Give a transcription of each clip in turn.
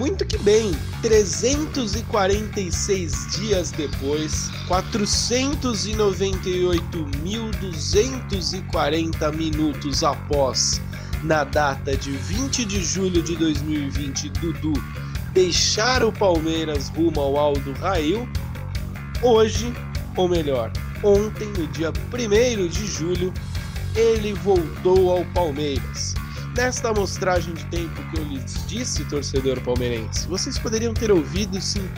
Muito que bem, 346 dias depois, 498.240 minutos após, na data de 20 de julho de 2020, Dudu deixar o Palmeiras rumo ao Aldo Rail, hoje, ou melhor, ontem, no dia 1º de julho, ele voltou ao Palmeiras. Nesta amostragem de tempo que eu lhes disse, torcedor palmeirense, vocês poderiam ter ouvido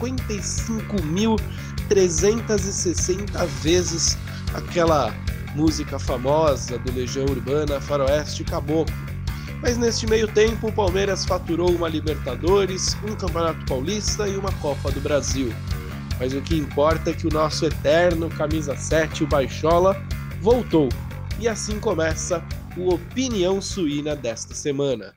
55.360 vezes aquela música famosa do Legião Urbana, Faroeste Caboclo. Mas neste meio tempo, o Palmeiras faturou uma Libertadores, um Campeonato Paulista e uma Copa do Brasil. Mas o que importa é que o nosso eterno camisa 7, o Baixola, voltou. E assim começa o Opinião Suína desta semana.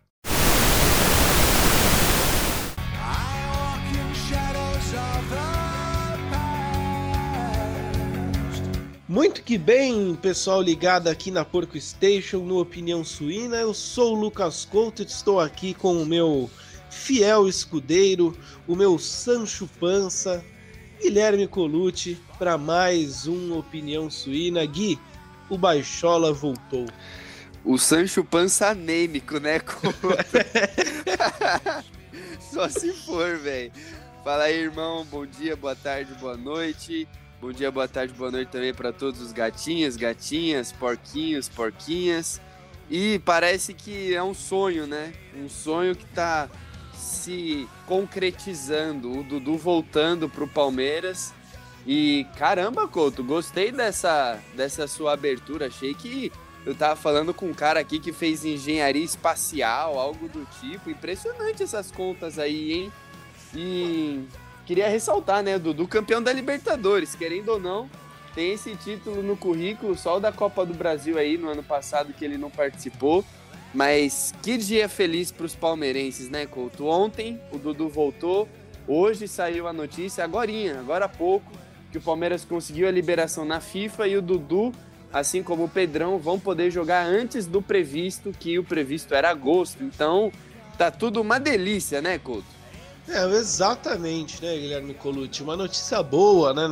Muito que bem, pessoal ligado aqui na Porco Station, no Opinião Suína. Eu sou o Lucas Couto e estou aqui com o meu fiel escudeiro, o meu Sancho Pança, Guilherme Colucci, para mais um Opinião Suína. Gui, o Baixola voltou. O Sancho Pança anêmico, né? Só se for, velho. Fala aí, irmão. Bom dia, boa tarde, boa noite. Bom dia, boa tarde, boa noite também para todos os gatinhos, gatinhas, porquinhos, porquinhas. E parece que é um sonho, né? Um sonho que tá se concretizando. O Dudu voltando pro Palmeiras. E caramba, Couto, gostei dessa sua abertura. Achei que eu tava falando com um cara aqui que fez engenharia espacial, algo do tipo. Impressionante essas contas aí, hein? E queria ressaltar, né? O Dudu campeão da Libertadores, querendo ou não, tem esse título no currículo, só o da Copa do Brasil aí no ano passado que ele não participou. Mas que dia feliz pros palmeirenses, né, Couto? Ontem o Dudu voltou, hoje saiu a notícia, agora há pouco, que o Palmeiras conseguiu a liberação na FIFA e o Dudu, assim como o Pedrão, vão poder jogar antes do previsto, que o previsto era agosto. Então, tá tudo uma delícia, né, Couto? Exatamente, né, Guilherme Colucci? Uma notícia boa, né,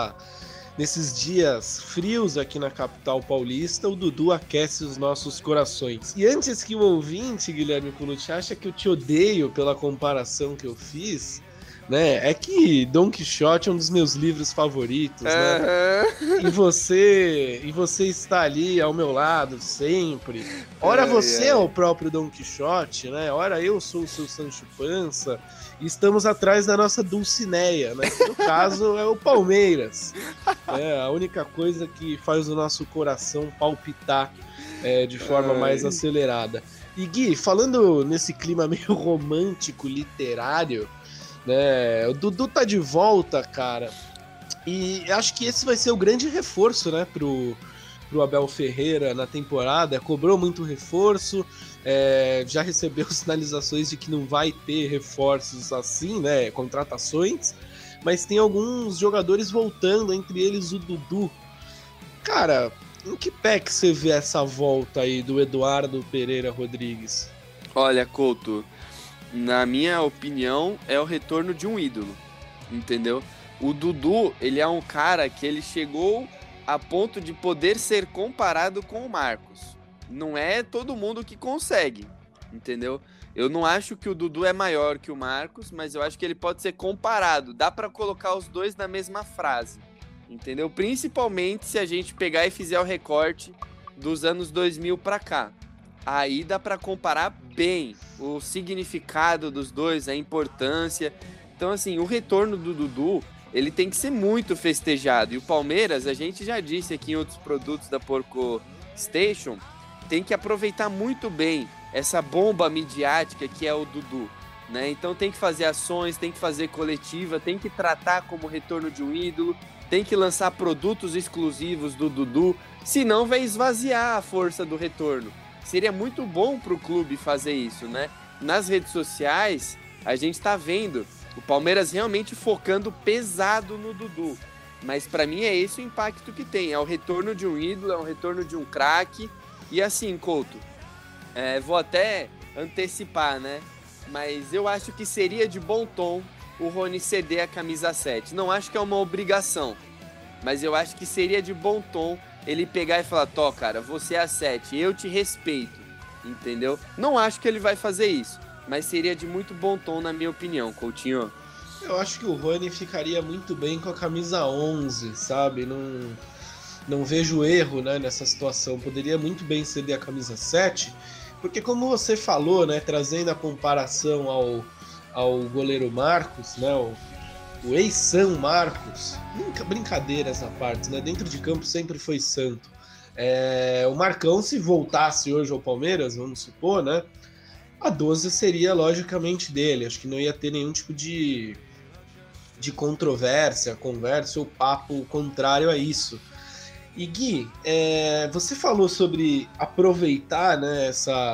nesses dias frios aqui na capital paulista, o Dudu aquece os nossos corações. E antes que o ouvinte, Guilherme Colucci, acha que eu te odeio pela comparação que eu fiz, né? É que Don Quixote é um dos meus livros favoritos, né? E você está ali ao meu lado sempre. Ora você é o próprio Don Quixote, né? Ora eu sou o seu Sancho Pança. E estamos atrás da nossa Dulcineia, né? Que no caso é o Palmeiras. A única coisa que faz o nosso coração palpitar de forma mais acelerada. E Gui, falando nesse clima meio romântico, literário, né? O Dudu tá de volta, cara, e acho que esse vai ser o grande reforço, né, pro Abel Ferreira na temporada. Cobrou muito reforço, já recebeu sinalizações de que não vai ter reforços assim, né, contratações, mas tem alguns jogadores voltando, entre eles o Dudu. Cara, em que pé que você vê essa volta aí do Eduardo Pereira Rodrigues? Olha, Couto, na minha opinião, é o retorno de um ídolo, entendeu? O Dudu, ele é um cara que ele chegou a ponto de poder ser comparado com o Marcos. Não é todo mundo que consegue, entendeu? Eu não acho que o Dudu é maior que o Marcos, mas eu acho que ele pode ser comparado. Dá pra colocar os dois na mesma frase, entendeu? Principalmente se a gente pegar e fizer o recorte dos anos 2000 pra cá. Aí dá pra comparar bem o significado dos dois, a importância. Então, assim, o retorno do Dudu, ele tem que ser muito festejado. E o Palmeiras, a gente já disse aqui em outros produtos da Porco Station, tem que aproveitar muito bem essa bomba midiática que é o Dudu, né? Então tem que fazer ações, tem que fazer coletiva, tem que tratar como retorno de um ídolo, tem que lançar produtos exclusivos do Dudu, senão vai esvaziar a força do retorno. Seria muito bom para o clube fazer isso, né? Nas redes sociais, a gente está vendo o Palmeiras realmente focando pesado no Dudu. Mas para mim é esse o impacto que tem. É o retorno de um ídolo, é o retorno de um craque. E assim, Couto, vou até antecipar, né? mas eu acho que seria de bom tom o Rony ceder a camisa 7. Não acho que é uma obrigação, mas eu acho que seria de bom tom ele pegar e falar: Tó, cara, você é a 7, eu te respeito, entendeu? Não acho que ele vai fazer isso, mas seria de muito bom tom, na minha opinião, Coutinho. Eu acho que o Rony ficaria muito bem com a camisa 11, sabe? Não vejo erro, né, nessa situação. Poderia muito bem ceder a camisa 7, porque como você falou, né, trazendo a comparação ao goleiro Marcos, né, o ex-São Marcos, brincadeiras à parte, né, dentro de campo sempre foi santo. O Marcão, se voltasse hoje ao Palmeiras, vamos supor, né, a 12 seria logicamente dele. Acho que não ia ter nenhum tipo de controvérsia, conversa ou papo contrário a isso. E Gui, você falou sobre aproveitar, né,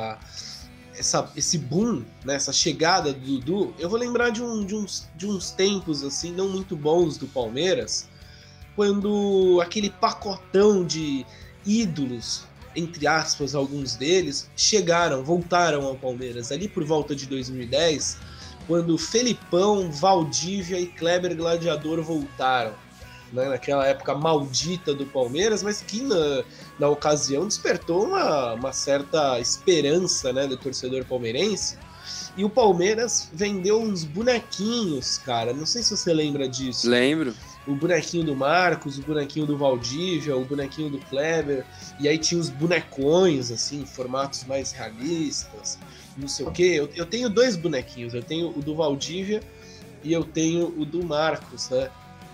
esse boom, né, essa chegada do Dudu. Eu vou lembrar de uns tempos assim não muito bons do Palmeiras, quando aquele pacotão de ídolos, entre aspas, alguns deles, voltaram ao Palmeiras ali por volta de 2010, quando Felipão, Valdívia e Kleber Gladiador voltaram, né, naquela época maldita do Palmeiras, mas que na ocasião despertou uma certa esperança, né, do torcedor palmeirense. E o Palmeiras vendeu uns bonequinhos, cara, não sei se você lembra disso. Lembro. O bonequinho do Marcos, o bonequinho do Valdívia, o bonequinho do Kleber, e aí tinha os bonecões, assim, formatos mais realistas, não sei o quê. Eu tenho 2 bonequinhos, eu tenho o do Valdívia e eu tenho o do Marcos, né?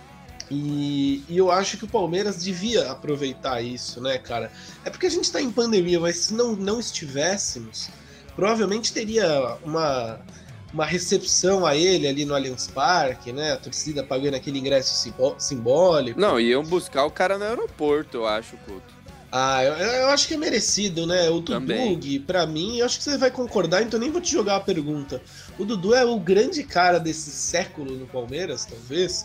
E eu acho que o Palmeiras devia aproveitar isso, né, cara? É porque a gente tá em pandemia, mas se não estivéssemos, provavelmente teria uma recepção a ele ali no Allianz Parque, né? A torcida pagando aquele ingresso simbólico. Não, iam buscar o cara no aeroporto, eu acho, Couto. Eu acho que é merecido, né? O Também. Dudu, Gui, pra mim, eu acho que você vai concordar, então nem vou te jogar a pergunta. O Dudu é o grande cara desse século no Palmeiras, talvez.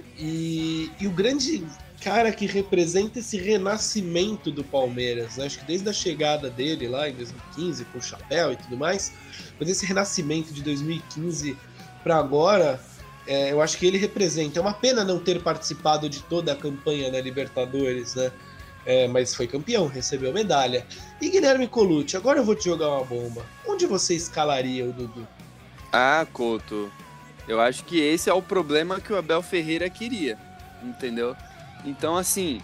E o grande cara que representa esse renascimento do Palmeiras, né? Acho que desde a chegada dele lá em 2015, com o chapéu e tudo mais, mas esse renascimento de 2015 para agora, eu acho que ele representa. É uma pena não ter participado de toda a campanha na Libertadores, né? Mas foi campeão, recebeu medalha. E Guilherme Colucci, agora eu vou te jogar uma bomba. Onde você escalaria o Dudu? Couto, eu acho que esse é o problema que o Abel Ferreira queria, entendeu? Então, assim,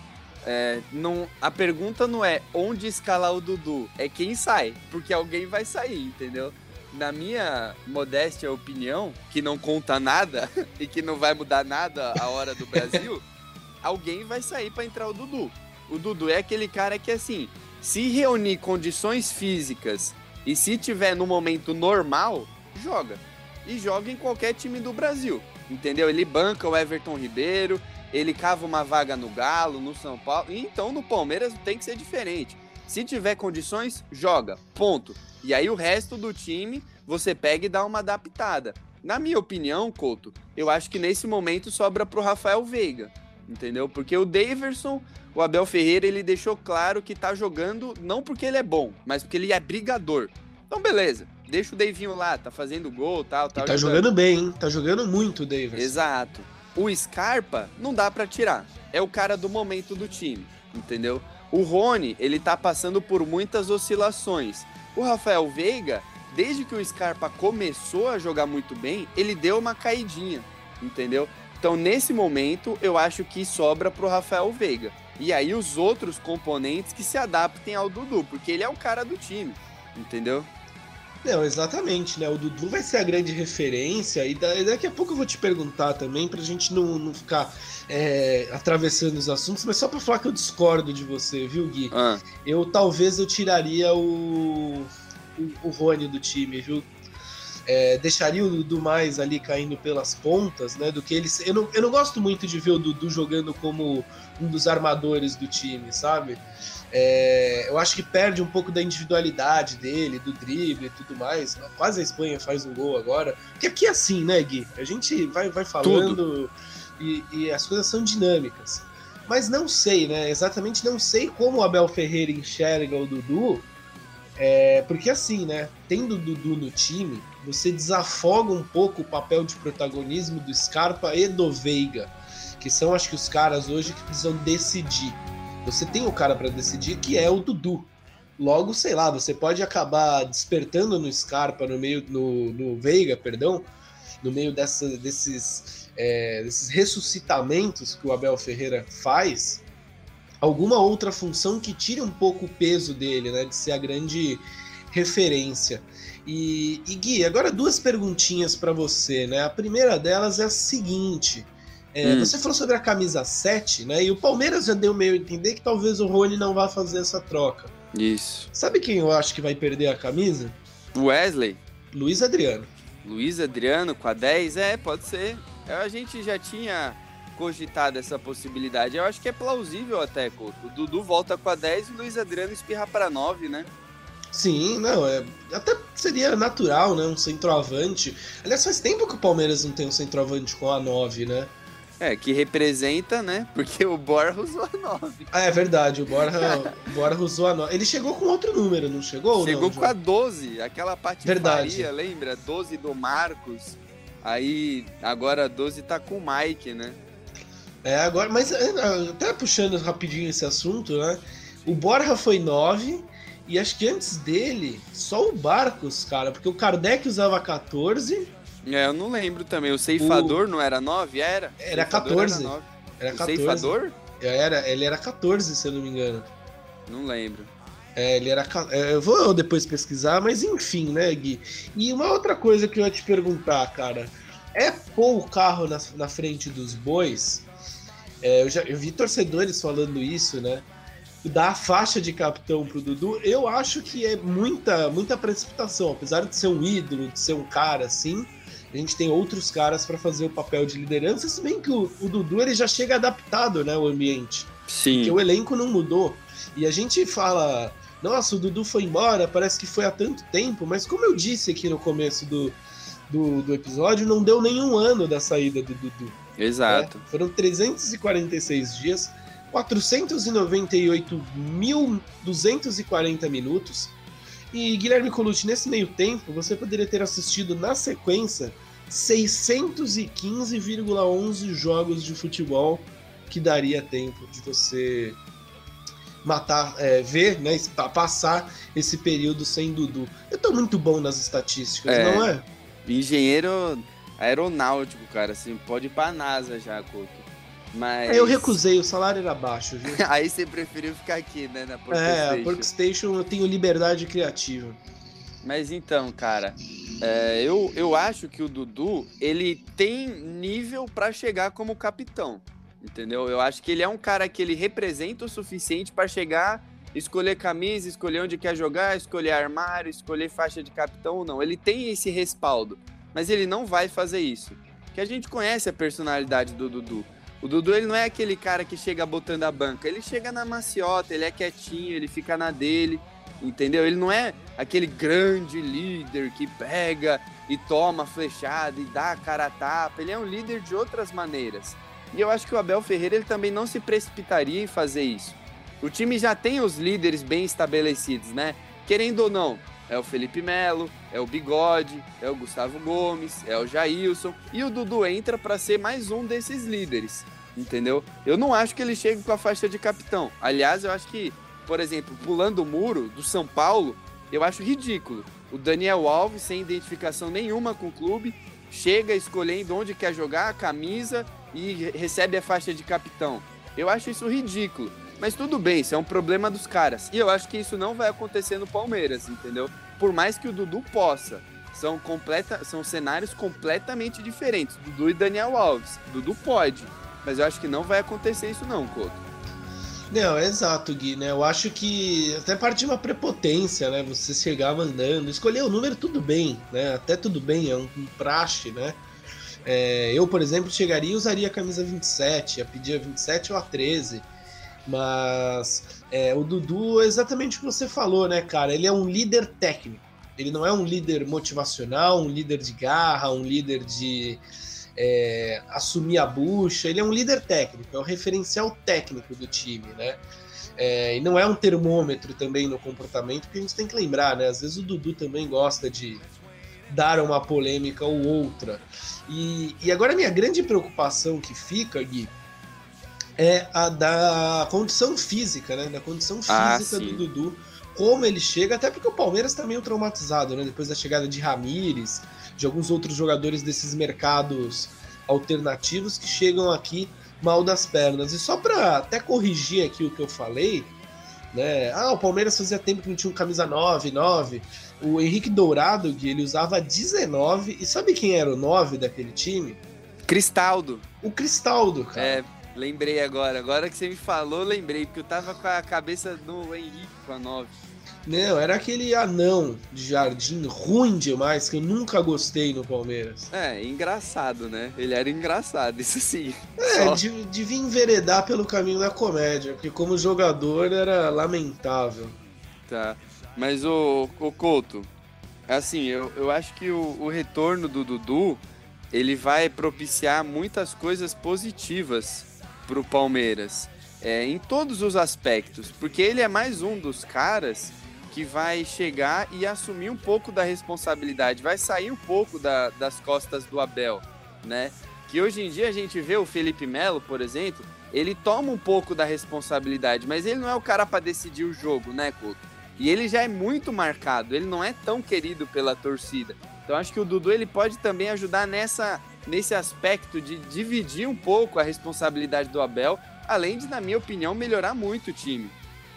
a pergunta não é onde escalar o Dudu, é quem sai, porque alguém vai sair, entendeu? Na minha modéstia opinião, que não conta nada e que não vai mudar nada a hora do Brasil, alguém vai sair para entrar o Dudu. O Dudu é aquele cara que, assim, se reunir condições físicas e se tiver no momento normal, joga. E joga em qualquer time do Brasil, entendeu? Ele banca o Everton Ribeiro, ele cava uma vaga no Galo, no São Paulo. Então, no Palmeiras tem que ser diferente. Se tiver condições, joga, ponto. E aí o resto do time, você pega e dá uma adaptada. Na minha opinião, Couto, eu acho que nesse momento sobra pro Rafael Veiga, entendeu? Porque o Daverson, o Abel Ferreira, ele deixou claro que tá jogando não porque ele é bom, mas porque ele é brigador. Então, beleza, deixa o Davinho lá, tá fazendo gol, tal. E tá jogando bem, hein? Tá jogando muito o Daverson. Exato. O Scarpa não dá pra tirar, é o cara do momento do time, entendeu? O Rony, ele tá passando por muitas oscilações. O Rafael Veiga, desde que o Scarpa começou a jogar muito bem, ele deu uma caidinha, entendeu? Então, nesse momento, eu acho que sobra pro Rafael Veiga. E aí, os outros componentes que se adaptem ao Dudu, porque ele é o cara do time, entendeu? Não, exatamente, né? O Dudu vai ser a grande referência, e daqui a pouco eu vou te perguntar também, pra gente não ficar atravessando os assuntos, mas só pra falar que eu discordo de você, viu, Gui? Talvez eu tiraria o Rony do time, viu? Deixaria o Dudu mais ali caindo pelas pontas, né? Do que ele. Eu não gosto muito de ver o Dudu jogando como um dos armadores do time, sabe? Eu acho que perde um pouco da individualidade dele, do drible e tudo mais. Quase a Espanha faz um gol agora. Porque aqui é assim, né, Gui? A gente vai falando e as coisas são dinâmicas. Mas não sei, né? Exatamente não sei como o Abel Ferreira enxerga o Dudu. Porque assim, né? Tendo o Dudu no time, você desafoga um pouco o papel de protagonismo do Scarpa e do Veiga, que são, acho que, os caras hoje que precisam decidir. Você tem o cara para decidir, que é o Dudu. Logo, sei lá, você pode acabar despertando no Scarpa, no Veiga, perdão, no meio desses ressuscitamentos que o Abel Ferreira faz, alguma outra função que tire um pouco o peso dele, né, de ser a grande referência. E Gui, agora 2 perguntinhas para você, né? A primeira delas é a seguinte: você falou sobre a camisa 7, né? E o Palmeiras já deu meio a entender que talvez o Rony não vá fazer essa troca. Isso. Sabe quem eu acho que vai perder a camisa? Wesley? Luiz Adriano. Luiz Adriano com a 10? Pode ser. A gente já tinha cogitado essa possibilidade. Eu acho que é plausível até, Couto. O Dudu volta com a 10 e o Luiz Adriano espirra para 9, né? Sim, não, até seria natural, né? Um centroavante. Aliás, faz tempo que o Palmeiras não tem um centroavante com a 9, né? Que representa, né? Porque o Borja usou a 9. É verdade, o Borja usou a 9. Ele chegou com outro número, não chegou? Chegou não, com a 12, aquela patifaria, verdade. Lembra? 12 do Marcos. Aí, agora a 12 tá com o Mike, né? Agora, mas até puxando rapidinho esse assunto, né? O Borja foi 9, e acho que antes dele, só o Barcos, cara, porque o Kardec usava 14. Eu não lembro também. O Ceifador não era 9? Era 14. Era 14. Ceifador? Ele era 14, se eu não me engano. Não lembro. Ele era... Eu vou depois pesquisar, mas enfim, né, Gui? E uma outra coisa que eu ia te perguntar, cara. Pôr o carro na frente dos bois? Eu vi torcedores falando isso, né? Dar a faixa de capitão pro Dudu, eu acho que é muita precipitação. Apesar de ser um ídolo, de ser um cara assim, a gente tem outros caras para fazer o papel de liderança, se bem que o Dudu ele já chega adaptado, né, ao ambiente. Sim. Porque o elenco não mudou. E a gente fala, nossa, o Dudu foi embora, parece que foi há tanto tempo, mas como eu disse aqui no começo do episódio, não deu nenhum ano da saída do Dudu. Exato. Foram 346 dias, 498.240 minutos. E Guilherme Colucci, nesse meio tempo, você poderia ter assistido na sequência 615,11 jogos de futebol, que daria tempo de você ver, né, passar esse período sem Dudu. Eu tô muito bom nas estatísticas, não é? Engenheiro aeronáutico, cara, assim, pode ir pra NASA já, Couto. Mas... Eu recusei, o salário era baixo, viu? Aí você preferiu ficar aqui, né, na Porkstation. A Porkstation eu tenho liberdade criativa. Mas então, cara, eu acho que o Dudu, ele tem nível pra chegar como capitão, entendeu? Eu acho que ele é um cara que ele representa o suficiente pra chegar, escolher camisa, escolher onde quer jogar, escolher armário, escolher faixa de capitão ou não. Ele tem esse respaldo, mas ele não vai fazer isso. Porque a gente conhece a personalidade do Dudu. O Dudu, ele não é aquele cara que chega botando a banca, ele chega na maciota, ele é quietinho, ele fica na dele, entendeu? Ele não é aquele grande líder que pega e toma flechada e dá a cara a tapa, ele é um líder de outras maneiras. E eu acho que o Abel Ferreira, ele também não se precipitaria em fazer isso. O time já tem os líderes bem estabelecidos, né? Querendo ou não, é o Felipe Melo, é o Bigode, é o Gustavo Gomes, é o Jailson, e o Dudu entra para ser mais um desses líderes, entendeu? Eu não acho que ele chegue com a faixa de capitão. Aliás, eu acho que, por exemplo, pulando o muro do São Paulo, eu acho ridículo. O Daniel Alves, sem identificação nenhuma com o clube, chega escolhendo onde quer jogar, a camisa, e recebe a faixa de capitão. Eu acho isso ridículo. Mas tudo bem, isso é um problema dos caras. E eu acho que isso não vai acontecer no Palmeiras, entendeu? Por mais que o Dudu possa. São cenários completamente diferentes. Dudu e Daniel Alves. Dudu pode. Mas eu acho que não vai acontecer isso não, Couto. Não, exato, Gui, né? Eu acho que até parte de uma prepotência, né? Você chegar mandando. Escolher o número, tudo bem, né? Até tudo bem, é um praxe, né? Eu, por exemplo, chegaria e usaria a camisa 27. Ia pedir a 27 ou a 13. Mas o Dudu é exatamente o que você falou, né, cara? Ele é um líder técnico. Ele não é um líder motivacional, um líder de garra, um líder de assumir a bucha. Ele é um líder técnico, é o referencial técnico do time, né? E não é um termômetro também no comportamento, porque a gente tem que lembrar, né? Às vezes o Dudu também gosta de dar uma polêmica ou outra. E agora a minha grande preocupação que fica, Gui, é a da condição física, né? Da condição física do Dudu, como ele chega, até porque o Palmeiras tá meio traumatizado, né? Depois da chegada de Ramires, de alguns outros jogadores desses mercados alternativos que chegam aqui mal das pernas. E só para até corrigir aqui o que eu falei, né? O Palmeiras fazia tempo que não tinha um camisa 9. O Henrique Dourado, Gui, ele usava 19. E sabe quem era o 9 daquele time? Cristaldo. O Cristaldo, cara. Lembrei agora. Agora que você me falou, lembrei. Porque eu tava com a cabeça do Henrique com a 9. Não, era aquele anão de jardim ruim demais, que eu nunca gostei no Palmeiras. Engraçado, né? Ele era engraçado, isso sim. Devia enveredar pelo caminho da comédia, porque como jogador era lamentável. Tá, mas o Couto, assim, eu acho que o retorno do Dudu, ele vai propiciar muitas coisas positivas pro Palmeiras, em todos os aspectos, porque ele é mais um dos caras que vai chegar e assumir um pouco da responsabilidade, vai sair um pouco das costas do Abel, né? Que hoje em dia a gente vê o Felipe Melo, por exemplo, ele toma um pouco da responsabilidade, mas ele não é o cara para decidir o jogo, né, Couto? E ele já é muito marcado, ele não é tão querido pela torcida. Então acho que o Dudu ele pode também ajudar nesse aspecto de dividir um pouco a responsabilidade do Abel, além de, na minha opinião, melhorar muito o time.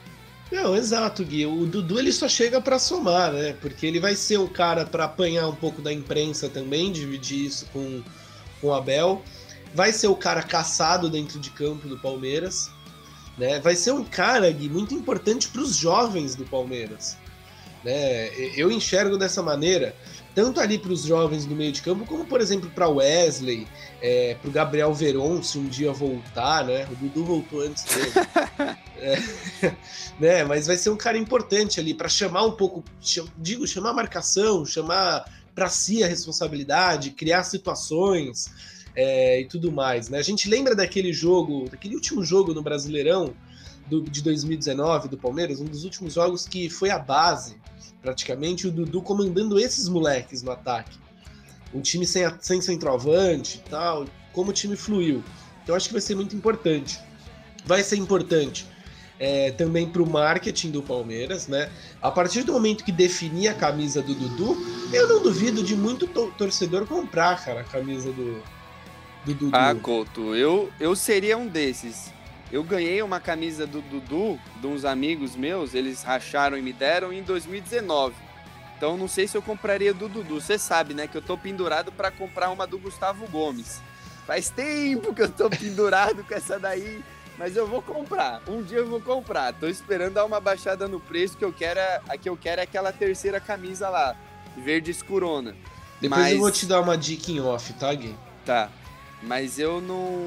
Não, exato, Gui. O Dudu ele só chega para somar, né? Porque ele vai ser o cara para apanhar um pouco da imprensa também, dividir isso com o Abel. Vai ser o cara caçado dentro de campo do Palmeiras, né? Vai ser um cara, Gui, muito importante para os jovens do Palmeiras, né? Eu enxergo dessa maneira, tanto ali para os jovens do meio de campo, como, por exemplo, para Wesley, para o Gabriel Veron, se um dia voltar, né? O Dudu voltou antes dele. Né? Mas vai ser um cara importante ali para chamar um pouco, chamar a marcação, chamar para si a responsabilidade, criar situações e tudo mais, né? A gente lembra daquele último jogo no Brasileirão de 2019 do Palmeiras, um dos últimos jogos que foi a base, praticamente, o Dudu comandando esses moleques no ataque. Um time sem centroavante e tal, como o time fluiu. Então acho que vai ser muito importante. Vai ser importante também para o marketing do Palmeiras, né? A partir do momento que definir a camisa do Dudu, eu não duvido de muito torcedor comprar, cara, a camisa do Dudu. Couto, eu seria um desses. Eu ganhei uma camisa do Dudu de uns amigos meus, eles racharam e me deram em 2019. Então não sei se eu compraria do Dudu. Você sabe, né, que eu tô pendurado para comprar uma do Gustavo Gomes. Faz tempo que eu tô pendurado com essa daí, mas eu vou comprar. Um dia eu vou comprar. Tô esperando dar uma baixada no preço, que eu quero é aquela terceira camisa lá, verde escurona. Depois eu vou te dar uma dica em off, tá, Gui? Tá, mas eu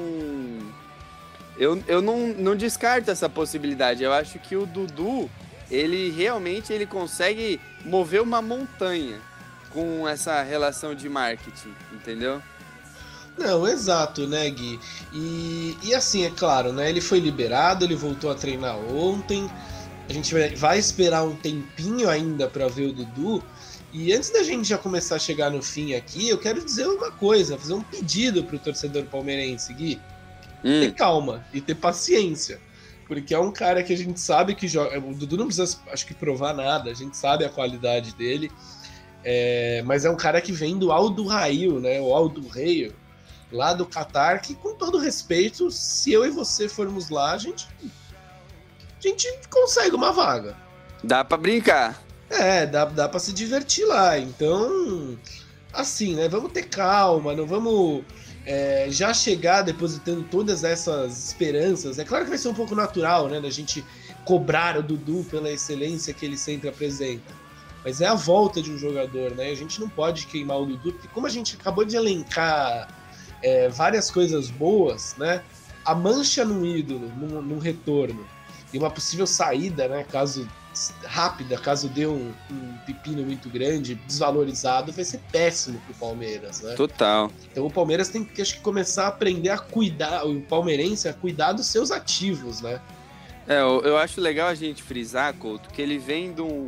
não descarto essa possibilidade. Eu acho que o Dudu, ele realmente consegue mover uma montanha com essa relação de marketing, entendeu? Não, exato, né, Gui? E assim, é claro, né? Ele foi liberado, ele voltou a treinar ontem. A gente vai esperar um tempinho ainda para ver o Dudu. E antes da gente já começar a chegar no fim aqui, eu quero dizer uma coisa, fazer um pedido pro torcedor palmeirense, Gui. Ter calma e ter paciência. Porque é um cara que a gente sabe que joga. O Dudu não precisa, acho que, provar nada, a gente sabe a qualidade dele. Mas é um cara que vem do Aldo Rail, né? O Aldo Rail, lá do Catar, que, com todo respeito, se eu e você formos lá, a gente consegue uma vaga. Dá pra brincar. Dá pra se divertir lá. Então, assim, né? Vamos ter calma, não vamos já chegar depositando todas essas esperanças. É claro que vai ser um pouco natural, né? Da gente cobrar o Dudu pela excelência que ele sempre apresenta. Mas é a volta de um jogador, né? A gente não pode queimar o Dudu, porque como a gente acabou de elencar várias coisas boas, né? A mancha num ídolo, num retorno, e uma possível saída, né? Caso dê um pepino muito grande, desvalorizado, vai ser péssimo pro Palmeiras, né? Total. Então o Palmeiras tem que, acho que, começar a aprender a cuidar, o palmeirense a cuidar dos seus ativos, né? Eu acho legal a gente frisar, Couto, que ele vem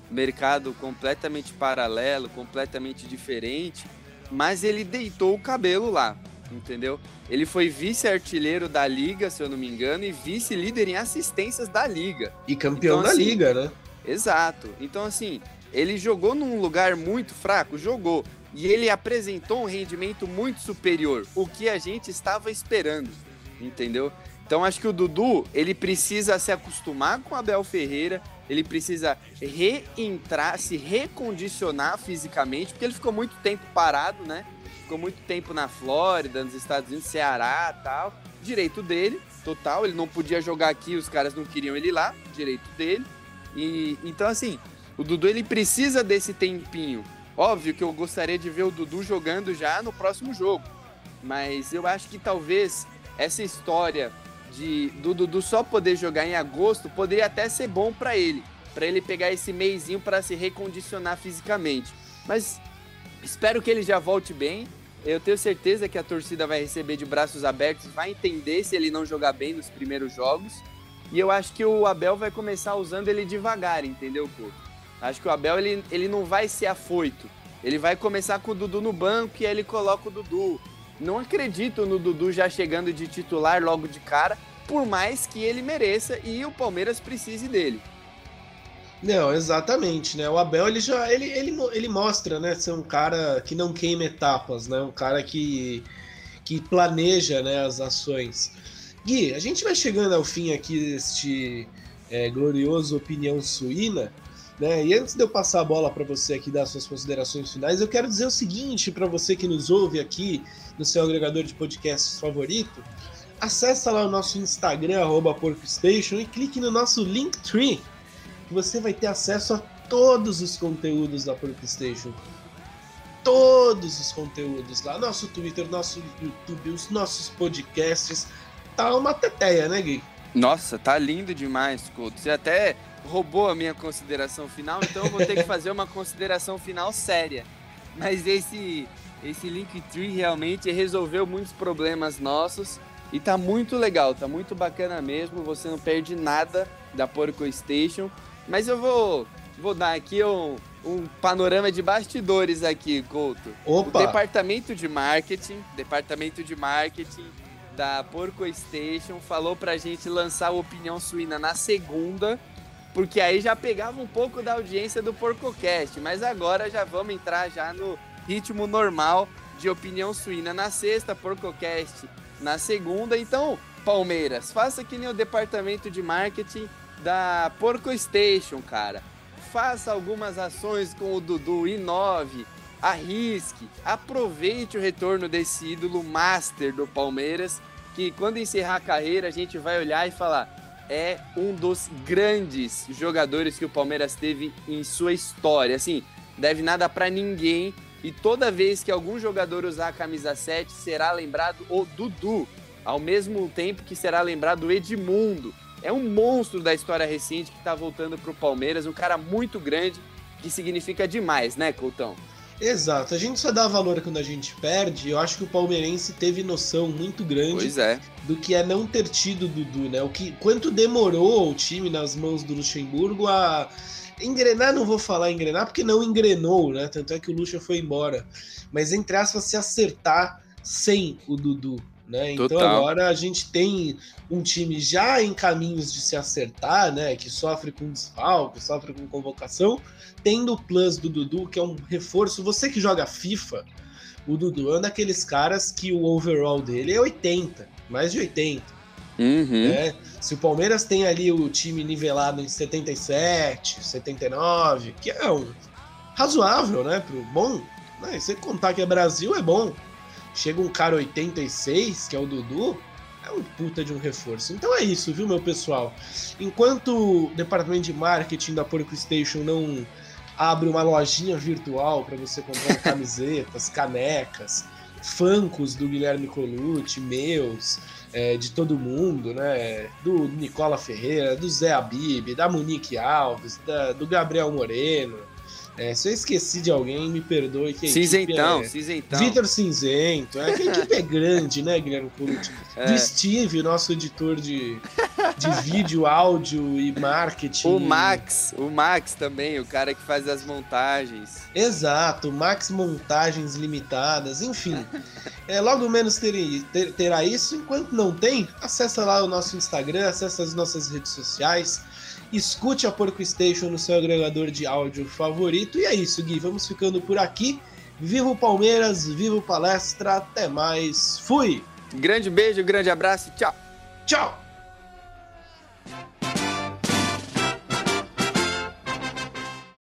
mercado completamente paralelo, completamente diferente, mas ele deitou o cabelo lá, entendeu? Ele foi vice-artilheiro da Liga, se eu não me engano, e vice-líder em assistências da Liga. E campeão então, da assim, Liga, né? Exato. Então, assim, ele jogou num lugar muito fraco, jogou. E ele apresentou um rendimento muito superior, o que a gente estava esperando, entendeu? Então, acho que o Dudu, ele precisa se acostumar com o Abel Ferreira, ele precisa reentrar, se recondicionar fisicamente, porque ele ficou muito tempo parado, né? Ficou muito tempo na Flórida, nos Estados Unidos, Ceará e tal. Direito dele, total. Ele não podia jogar aqui, os caras não queriam ele lá, direito dele. E então, assim, o Dudu, ele precisa desse tempinho. Óbvio que eu gostaria de ver o Dudu jogando já no próximo jogo. Mas eu acho que talvez essa história do Dudu só poder jogar em agosto poderia até ser bom para ele pegar esse meizinho para se recondicionar fisicamente. Mas espero que ele já volte bem. Eu tenho certeza que a torcida vai receber de braços abertos, vai entender se ele não jogar bem nos primeiros jogos. E eu acho que o Abel vai começar usando ele devagar, entendeu, Couto? Acho que o Abel ele não vai ser afoito. Ele vai começar com o Dudu no banco e aí ele coloca o Dudu. Não acredito no Dudu já chegando de titular logo de cara, por mais que ele mereça e o Palmeiras precise dele. Não, exatamente, né? O Abel, ele mostra, né, ser um cara que não queima etapas, né? Um cara que planeja, né, as ações. Gui, a gente vai chegando ao fim aqui deste glorioso Opinião Suína, né? E antes de eu passar a bola para você aqui dar suas considerações finais, eu quero dizer o seguinte para você que nos ouve aqui no seu agregador de podcasts favorito: acessa lá o nosso Instagram, @PorcoStation, e clique no nosso Linktree, que você vai ter acesso a todos os conteúdos da PorcoStation. Todos os conteúdos lá. Nosso Twitter, nosso YouTube, os nossos podcasts. Tá uma teteia, né, Gui? Nossa, tá lindo demais, Couto. Você até roubou a minha consideração final, então eu vou ter que fazer uma consideração final séria. Mas esse Linktree realmente resolveu muitos problemas nossos e tá muito legal, tá muito bacana mesmo. Você não perde nada da PorcoStation. Mas eu vou dar aqui um panorama de bastidores aqui, Couto. Opa. O departamento de marketing da PorcoStation falou pra gente lançar o Opinião Suína na segunda, porque aí já pegava um pouco da audiência do PorcoCast, mas agora já vamos entrar já no ritmo normal de Opinião Suína na sexta, PorcoCast na segunda. Então, Palmeiras, faça que nem o departamento de marketing da PorcoStation, cara. Faça algumas ações com o Dudu, inove, arrisque, aproveite o retorno desse ídolo master do Palmeiras, que quando encerrar a carreira a gente vai olhar e falar: é um dos grandes jogadores que o Palmeiras teve em sua história. Assim, deve nada pra ninguém, e toda vez que algum jogador usar a camisa 7 será lembrado o Dudu, ao mesmo tempo que será lembrado o Edmundo. É um monstro da história recente que tá voltando pro Palmeiras, um cara muito grande, que significa demais, né, Coutão? Exato, a gente só dá valor quando a gente perde. Eu acho que o palmeirense teve noção muito grande do que é não ter tido o Dudu, né? Quanto demorou o time nas mãos do Luxemburgo a engrenar. Não vou falar engrenar porque não engrenou, né? Tanto é que o Luxa foi embora, mas entre aspas, se acertar sem o Dudu, né? Então Total. Agora a gente tem um time já em caminhos de se acertar, né? Que sofre com desfalque, sofre com convocação, tendo o plus do Dudu, que é um reforço. Você que joga FIFA, o Dudu é um daqueles caras que o overall dele é 80, mais de 80. Né? Se o Palmeiras tem ali o time nivelado em 77, 79, que é um razoável, né? Pro bom, né? Se você contar que é Brasil, é bom. Chega um cara 86, que é o Dudu, é um puta de um reforço. Então é isso, viu, meu pessoal? Enquanto o departamento de marketing da PorcoStation não abre uma lojinha virtual para você comprar camisetas, canecas, funkos do Guilherme Colucci, meus, de todo mundo, né? Do Nicola Ferreira, do Zé Abib, da Monique Alves, do Gabriel Moreno, Se eu esqueci de alguém, me perdoe. Que Cinzentão. Vitor Cinzento. Que a equipe é grande, né, Guilherme Colucci? Do Steve, nosso editor de vídeo, áudio e marketing. O Max também, o cara que faz as montagens. Exato, Max Montagens Limitadas, enfim. Logo menos terá isso. Enquanto não tem, acessa lá o nosso Instagram, acessa as nossas redes sociais. Escute a Porco Station no seu agregador de áudio favorito. E é isso, Gui. Vamos ficando por aqui. Viva o Palmeiras, viva o Palestra. Até mais. Fui! Grande beijo, grande abraço. Tchau! Tchau!